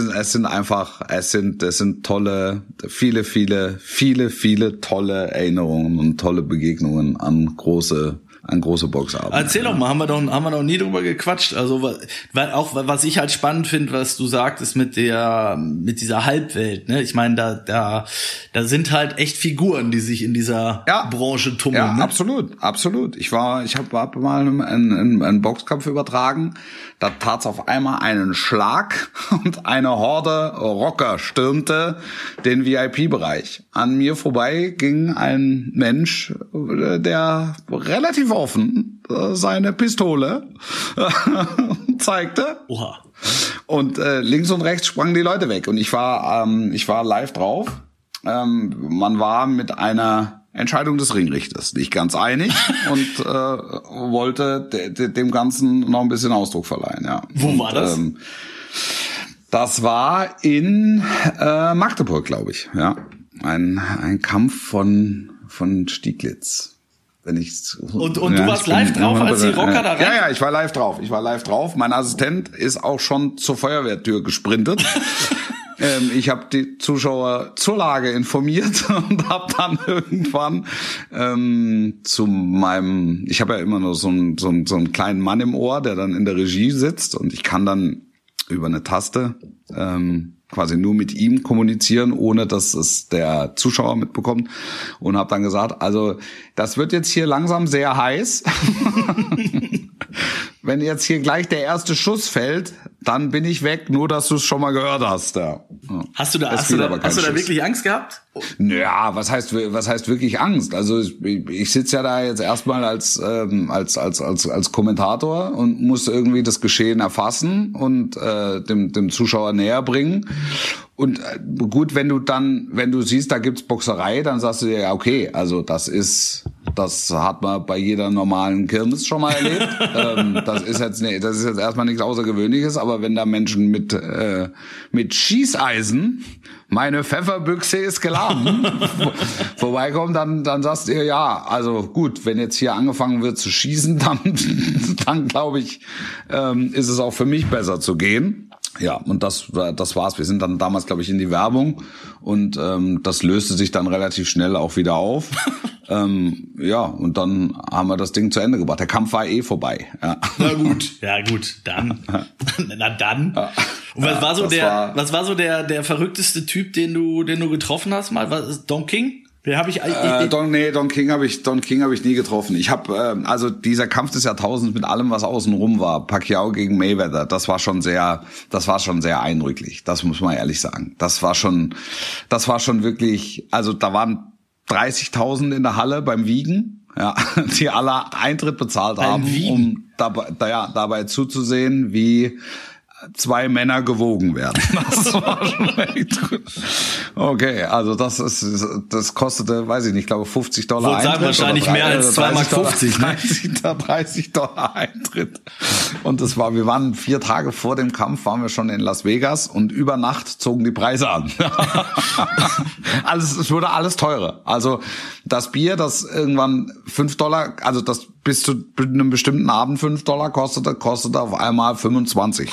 sind tolle, viele tolle Erinnerungen und tolle Begegnungen an große Boxabende. Erzähl doch mal, haben wir noch nie drüber gequatscht. Also, weil auch, was ich halt spannend finde, was du sagtest mit dieser Halbwelt, ne? Ich meine, da sind halt echt Figuren, die sich in dieser Branche tummeln. Ja, ne? Absolut. Ich habe mal einen Boxkampf übertragen. Da tat's auf einmal einen Schlag und eine Horde Rocker stürmte den VIP-Bereich. An mir vorbei ging ein Mensch, der relativ offen seine Pistole zeigte. Oha. Und links und rechts sprangen die Leute weg. Und ich war live drauf. Man war mit einer Entscheidung des Ringrichters nicht ganz einig und wollte dem Ganzen noch ein bisschen Ausdruck verleihen. Ja. Wo war das? Das war in Magdeburg, glaube ich. Ja, ein Kampf von Stieglitz. wenn ich und du warst live drauf, als die Rocker da rein? Ja, ich war live drauf. Mein Assistent ist auch schon zur Feuerwehrtür gesprintet. Ich habe die Zuschauer zur Lage informiert und habe dann irgendwann ich habe ja immer nur so einen kleinen Mann im Ohr, der dann in der Regie sitzt, und ich kann dann über eine Taste quasi nur mit ihm kommunizieren, ohne dass es der Zuschauer mitbekommt, und habe dann gesagt, also das wird jetzt hier langsam sehr heiß. Wenn jetzt hier gleich der erste Schuss fällt, dann bin ich weg, nur dass du es schon mal gehört hast. Ja. Hast du da wirklich Angst gehabt? Ja, was heißt wirklich Angst? Also ich sitze ja da jetzt erstmal als Kommentator und muss irgendwie das Geschehen erfassen und dem Zuschauer näher bringen. Und gut, wenn du siehst, da gibt's Boxerei, dann sagst du dir, ja, okay, also das hat man bei jeder normalen Kirmes schon mal erlebt. Das ist jetzt erstmal nichts Außergewöhnliches, aber wenn da Menschen mit Schießeisen, meine Pfefferbüchse ist geladen, vorbeikommen, dann sagst du dir, ja, also gut, wenn jetzt hier angefangen wird zu schießen, dann glaube ich, ist es auch für mich besser zu gehen. Ja, und das war's. Wir sind dann damals, glaube ich, in die Werbung, und das löste sich dann relativ schnell auch wieder auf. Ja, und dann haben wir das Ding zu Ende gebracht. Der Kampf war vorbei. Ja. Na gut, dann. Na dann. Ja. Und was war so der verrückteste Typ, den du getroffen hast mal? Was, Don King? Don King habe ich nie getroffen. Ich habe also dieser Kampf des Jahrtausends mit allem, was außenrum war, Pacquiao gegen Mayweather, das war schon sehr eindrücklich. Das muss man ehrlich sagen. Das war schon wirklich, also da waren 30.000 in der Halle beim Wiegen, ja, die alle Eintritt bezahlt haben, um dabei zuzusehen, wie 2 Männer gewogen werden. Das war schon echt gut. Okay, also das kostete, weiß ich nicht, ich glaube $50 Eintritt. Sagen wahrscheinlich mehr als 2,50 Mark, ne? $30 Eintritt. Und wir waren 4 Tage vor dem Kampf, waren wir schon in Las Vegas, und über Nacht zogen die Preise an. Es wurde alles teurer. Also das Bier, das irgendwann $5, also das bis zu einem bestimmten Abend $5 kostete auf einmal $25.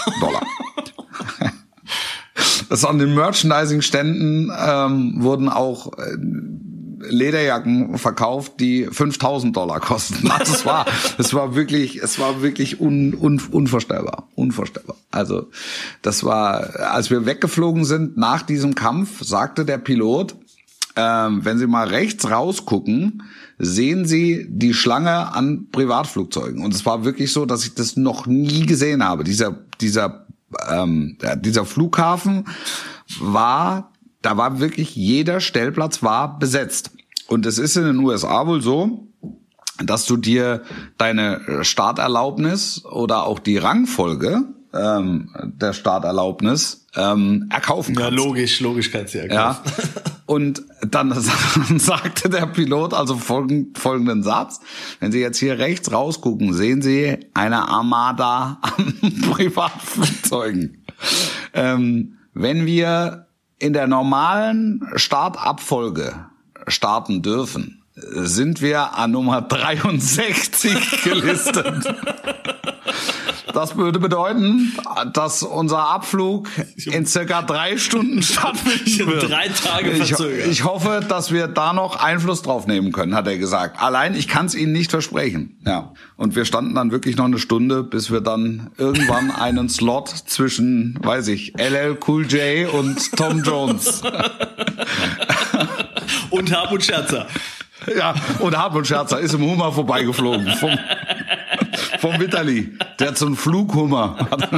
Das an den Merchandising-Ständen wurden auch Lederjacken verkauft, die $5.000 kosten. Es war wirklich unvorstellbar. Also das war, als wir weggeflogen sind nach diesem Kampf, sagte der Pilot, wenn Sie mal rechts rausgucken, sehen Sie die Schlange an Privatflugzeugen. Und es war wirklich so, dass ich das noch nie gesehen habe. Dieser Flughafen da war wirklich jeder Stellplatz war besetzt. Und es ist in den USA wohl so, dass du dir deine Starterlaubnis oder auch die Rangfolge der Starterlaubnis erkaufen kannst. Ja, logisch kannst du erkaufen. Ja. Und dann sagte der Pilot also folgenden Satz: Wenn Sie jetzt hier rechts rausgucken, sehen Sie eine Armada an Privatflugzeugen. Wenn wir in der normalen Startabfolge starten dürfen, sind wir an Nummer 63 gelistet. Das würde bedeuten, dass unser Abflug in circa 3 Stunden stattfinden wird. 3 Tage verzögert. Ich hoffe, dass wir da noch Einfluss drauf nehmen können, hat er gesagt. Allein, ich kann es Ihnen nicht versprechen. Ja. Und wir standen dann wirklich noch eine Stunde, bis wir dann irgendwann einen Slot zwischen, LL Cool J und Tom Jones. Und Hartmut Scherzer. Ja, und Hartmut Scherzer ist im Hummer vorbeigeflogen. Vom Vitali, der so einen Flughummer hat.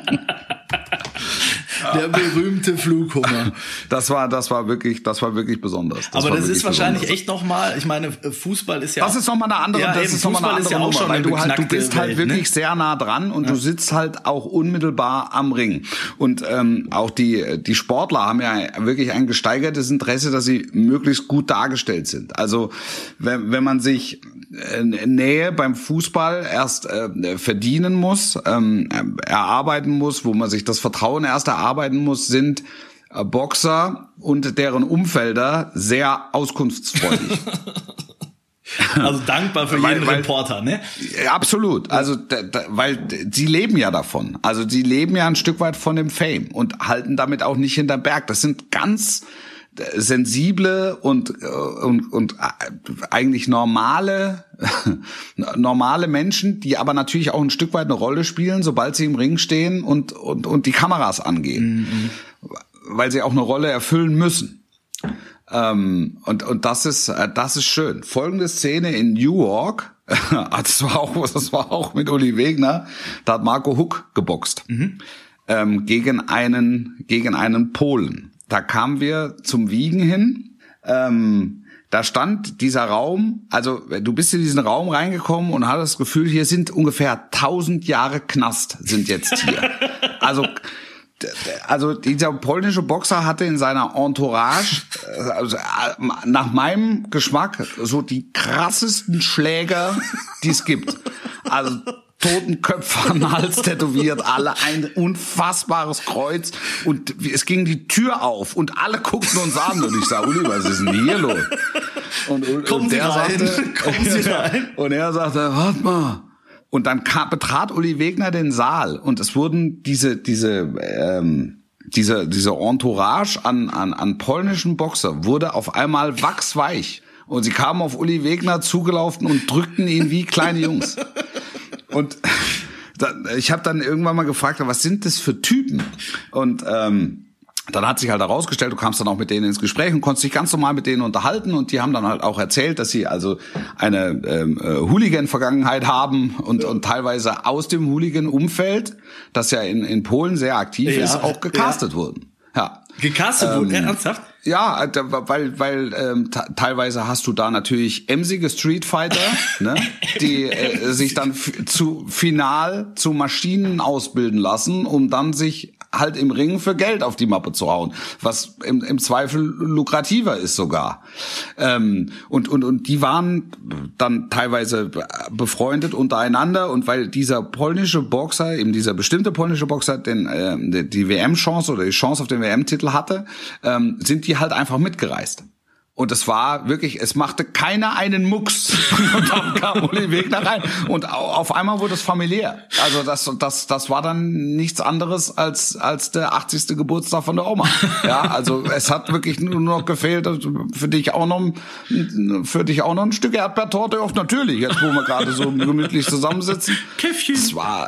Der berühmte Flughummer. Das war wirklich besonders. Aber das ist wahrscheinlich echt nochmal, ich meine, Fußball ist ja das ist nochmal eine andere, ja, das ist nochmal eine andere Nummer, weil du bist halt Welt, wirklich sehr nah dran und du sitzt halt auch unmittelbar am Ring. Und auch die Sportler haben ja wirklich ein gesteigertes Interesse, dass sie möglichst gut dargestellt sind. Also wenn man sich Nähe beim Fußball erst verdienen muss, erarbeiten muss, wo man sich das Vertrauen erst erarbeiten muss, sind Boxer und deren Umfelder sehr auskunftsfreudig. Also dankbar für jeden Reporter, ne? Absolut. Also, weil sie leben ja davon. Also, sie leben ja ein Stück weit von dem Fame und halten damit auch nicht hinterm Berg. Das sind ganz sensible und eigentlich normale Menschen, die aber natürlich auch ein Stück weit eine Rolle spielen, sobald sie im Ring stehen und die Kameras angehen. Weil sie auch eine Rolle erfüllen müssen. Und das ist schön. Folgende Szene in Newark, das war auch mit Uli Wegner, da hat Marco Huck geboxt. Gegen einen Polen. Da kamen wir zum Wiegen hin. Da stand dieser Raum, also du bist in diesen Raum reingekommen und hattest das Gefühl, hier sind ungefähr 1000 Jahre Knast sind jetzt hier. Also dieser polnische Boxer hatte in seiner Entourage, also nach meinem Geschmack, so die krassesten Schläger, die es gibt. Also Totenköpfe an den Hals tätowiert, alle ein unfassbares Kreuz und es ging die Tür auf und alle guckten uns an und ich sag, Uli, was ist denn hier los? Kommen Sie rein. Und er sagte, warte mal. Und dann betrat Uli Wegner den Saal und es wurden diese Entourage an polnischen Boxer wurde auf einmal wachsweich und sie kamen auf Uli Wegner zugelaufen und drückten ihn wie kleine Jungs. Und ich habe dann irgendwann mal gefragt, was sind das für Typen? Und dann hat sich halt herausgestellt, du kamst dann auch mit denen ins Gespräch und konntest dich ganz normal mit denen unterhalten und die haben dann halt auch erzählt, dass sie also eine Hooligan-Vergangenheit haben und teilweise aus dem Hooligan-Umfeld, das ja in Polen sehr aktiv ist, auch gecastet wurden. Ja. Gecastet wurden? Ernsthaft? Ja, weil teilweise hast du da natürlich emsige Streetfighter, ne, die sich dann zu Maschinen ausbilden lassen, um dann sich halt im Ring für Geld auf die Mappe zu hauen, was im Zweifel lukrativer ist sogar. Und die waren dann teilweise befreundet untereinander und weil dieser polnische Boxer, eben dieser bestimmte polnische Boxer, die WM-Chance oder die Chance auf den WM-Titel hatte, sind die halt einfach mitgereist. Und es war wirklich, es machte keiner einen Mucks. Und dann kam Uli Wegner rein. Und auf einmal wurde es familiär. Also das war dann nichts anderes als der 80. Geburtstag von der Oma. Ja, also es hat wirklich nur noch gefehlt, für dich auch noch ein Stück Erdbeertorte. Auch natürlich, jetzt wo wir gerade so gemütlich zusammensitzen. Käffchen. Das war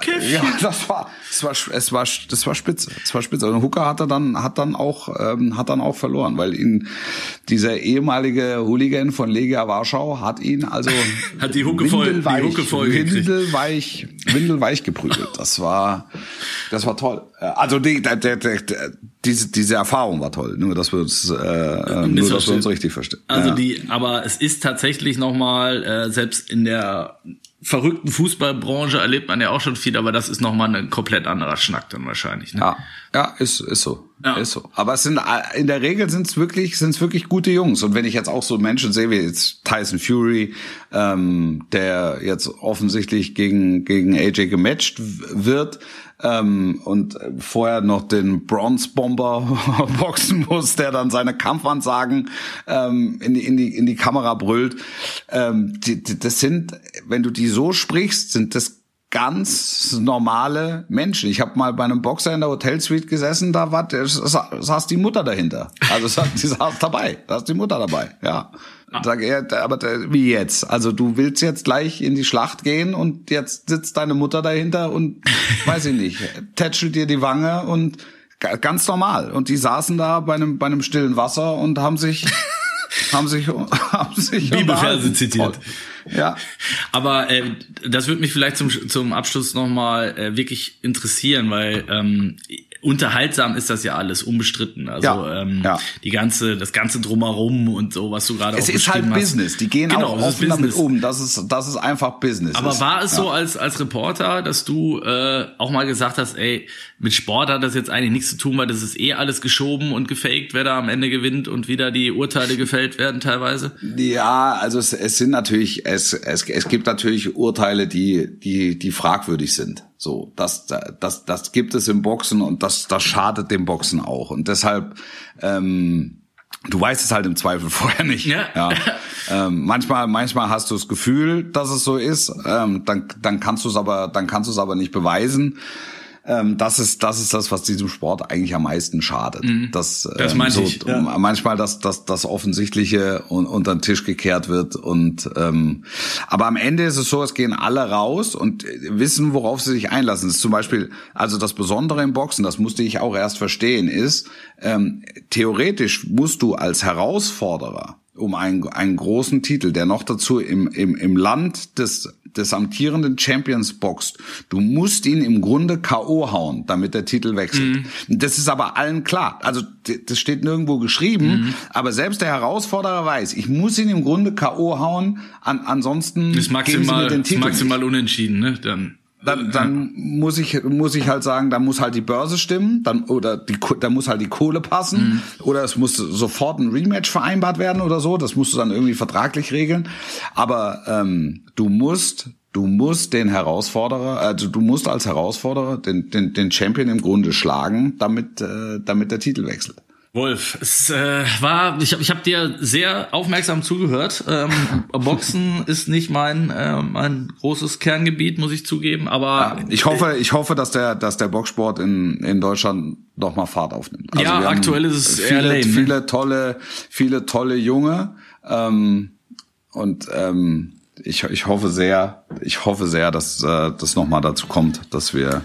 spitze. Das war spitze. Und Hooker hat dann auch verloren, weil ihn dieser ehemalige Hooligan von Legia Warschau hat ihn also hat die Hucke voll windelweich geprügelt. Das war toll. Also diese Erfahrung war toll. Nur dass wir uns richtig verstehen. Also aber es ist tatsächlich nochmal, selbst in der verrückten Fußballbranche erlebt man ja auch schon viel, aber das ist nochmal ein komplett anderer Schnack dann wahrscheinlich. Ne? Ja, ist so. Ja. Ist so. Aber in der Regel sind's wirklich gute Jungs. Und wenn ich jetzt auch so Menschen sehe wie jetzt Tyson Fury, der jetzt offensichtlich gegen AJ gematcht wird, und vorher noch den Bronze Bomber boxen muss, der dann seine Kampfansagen in die Kamera brüllt. Das sind, wenn du die so sprichst, sind das ganz normale Menschen. Ich habe mal bei einem Boxer in der Hotelsuite gesessen, da saß die Mutter dahinter. Also die saß dabei, da ist die Mutter dabei, ja. Sag er, aber wie jetzt? Also du willst jetzt gleich in die Schlacht gehen und jetzt sitzt deine Mutter dahinter und weiß ich nicht, tätschelt dir die Wange und ganz normal. Und die saßen da bei einem stillen Wasser und haben sich Bibelverse zitiert. Ja. Aber das würde mich vielleicht zum Abschluss nochmal wirklich interessieren, weil unterhaltsam ist das ja alles, unbestritten. Also das ganze Drumherum und so, was du gerade auch beschrieben hast. Es ist halt Business. Die gehen auch offen damit um. Das ist einfach Business. Aber war es so als Reporter, dass du auch mal gesagt hast, ey, mit Sport hat das jetzt eigentlich nichts zu tun, weil das ist alles geschoben und gefaked, wer da am Ende gewinnt und wieder die Urteile gefällt werden teilweise? Ja, also es sind natürlich, es gibt natürlich Urteile, die fragwürdig sind. So, das gibt es im Boxen und das schadet dem Boxen auch. Und deshalb du weißt es halt im Zweifel vorher nicht. Ja. Manchmal hast du das Gefühl, dass es so ist. Dann kannst du es aber nicht beweisen. Das ist das, was diesem Sport eigentlich am meisten schadet. Das meinte ich. Ja. Manchmal das Offensichtliche unter den Tisch gekehrt wird aber am Ende ist es so, es gehen alle raus und wissen, worauf sie sich einlassen. Das ist zum Beispiel, also das Besondere im Boxen, das musste ich auch erst verstehen, ist, theoretisch musst du als Herausforderer um einen großen Titel, der noch dazu im Land des amtierenden Champions boxt. Du musst ihn im Grunde K.O. hauen, damit der Titel wechselt. Das ist aber allen klar. Also das steht nirgendwo geschrieben, aber selbst der Herausforderer weiß, ich muss ihn im Grunde K.O. hauen, ansonsten ist maximal, den Titel maximal unentschieden, ne? Dann muss ich halt sagen, da muss halt die Börse stimmen, da muss halt die Kohle passen, oder es muss sofort ein Rematch vereinbart werden oder so, das musst du dann irgendwie vertraglich regeln, aber du musst den Herausforderer, also du musst als Herausforderer den Champion im Grunde schlagen, damit der Titel wechselt. Wolf, ich hab dir sehr aufmerksam zugehört. Boxen ist nicht mein großes Kerngebiet, muss ich zugeben, aber ich hoffe, dass der Boxsport in Deutschland noch mal Fahrt aufnimmt. Also ja, aktuell ist es eher lame, viele tolle Junge, und ich hoffe sehr, dass das noch mal dazu kommt, dass wir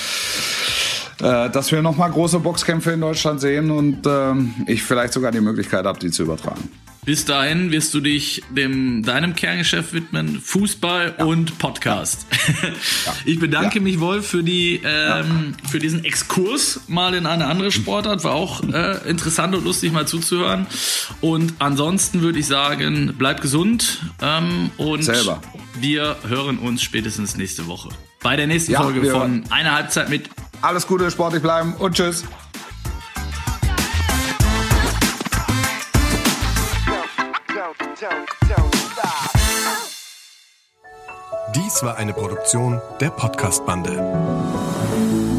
noch mal große Boxkämpfe in Deutschland sehen und ich vielleicht sogar die Möglichkeit habe, die zu übertragen. Bis dahin wirst du dich deinem Kerngeschäft widmen, Fußball und Podcast. Ja. Ich bedanke mich, Wolf, für diesen Exkurs mal in eine andere Sportart. War auch interessant und lustig mal zuzuhören. Und ansonsten würde ich sagen, bleib gesund und selber. Wir hören uns spätestens nächste Woche bei der nächsten Folge von Eine Halbzeit mit. Alles Gute, sportlich bleiben und tschüss. Dies war eine Produktion der Podcast-Bande.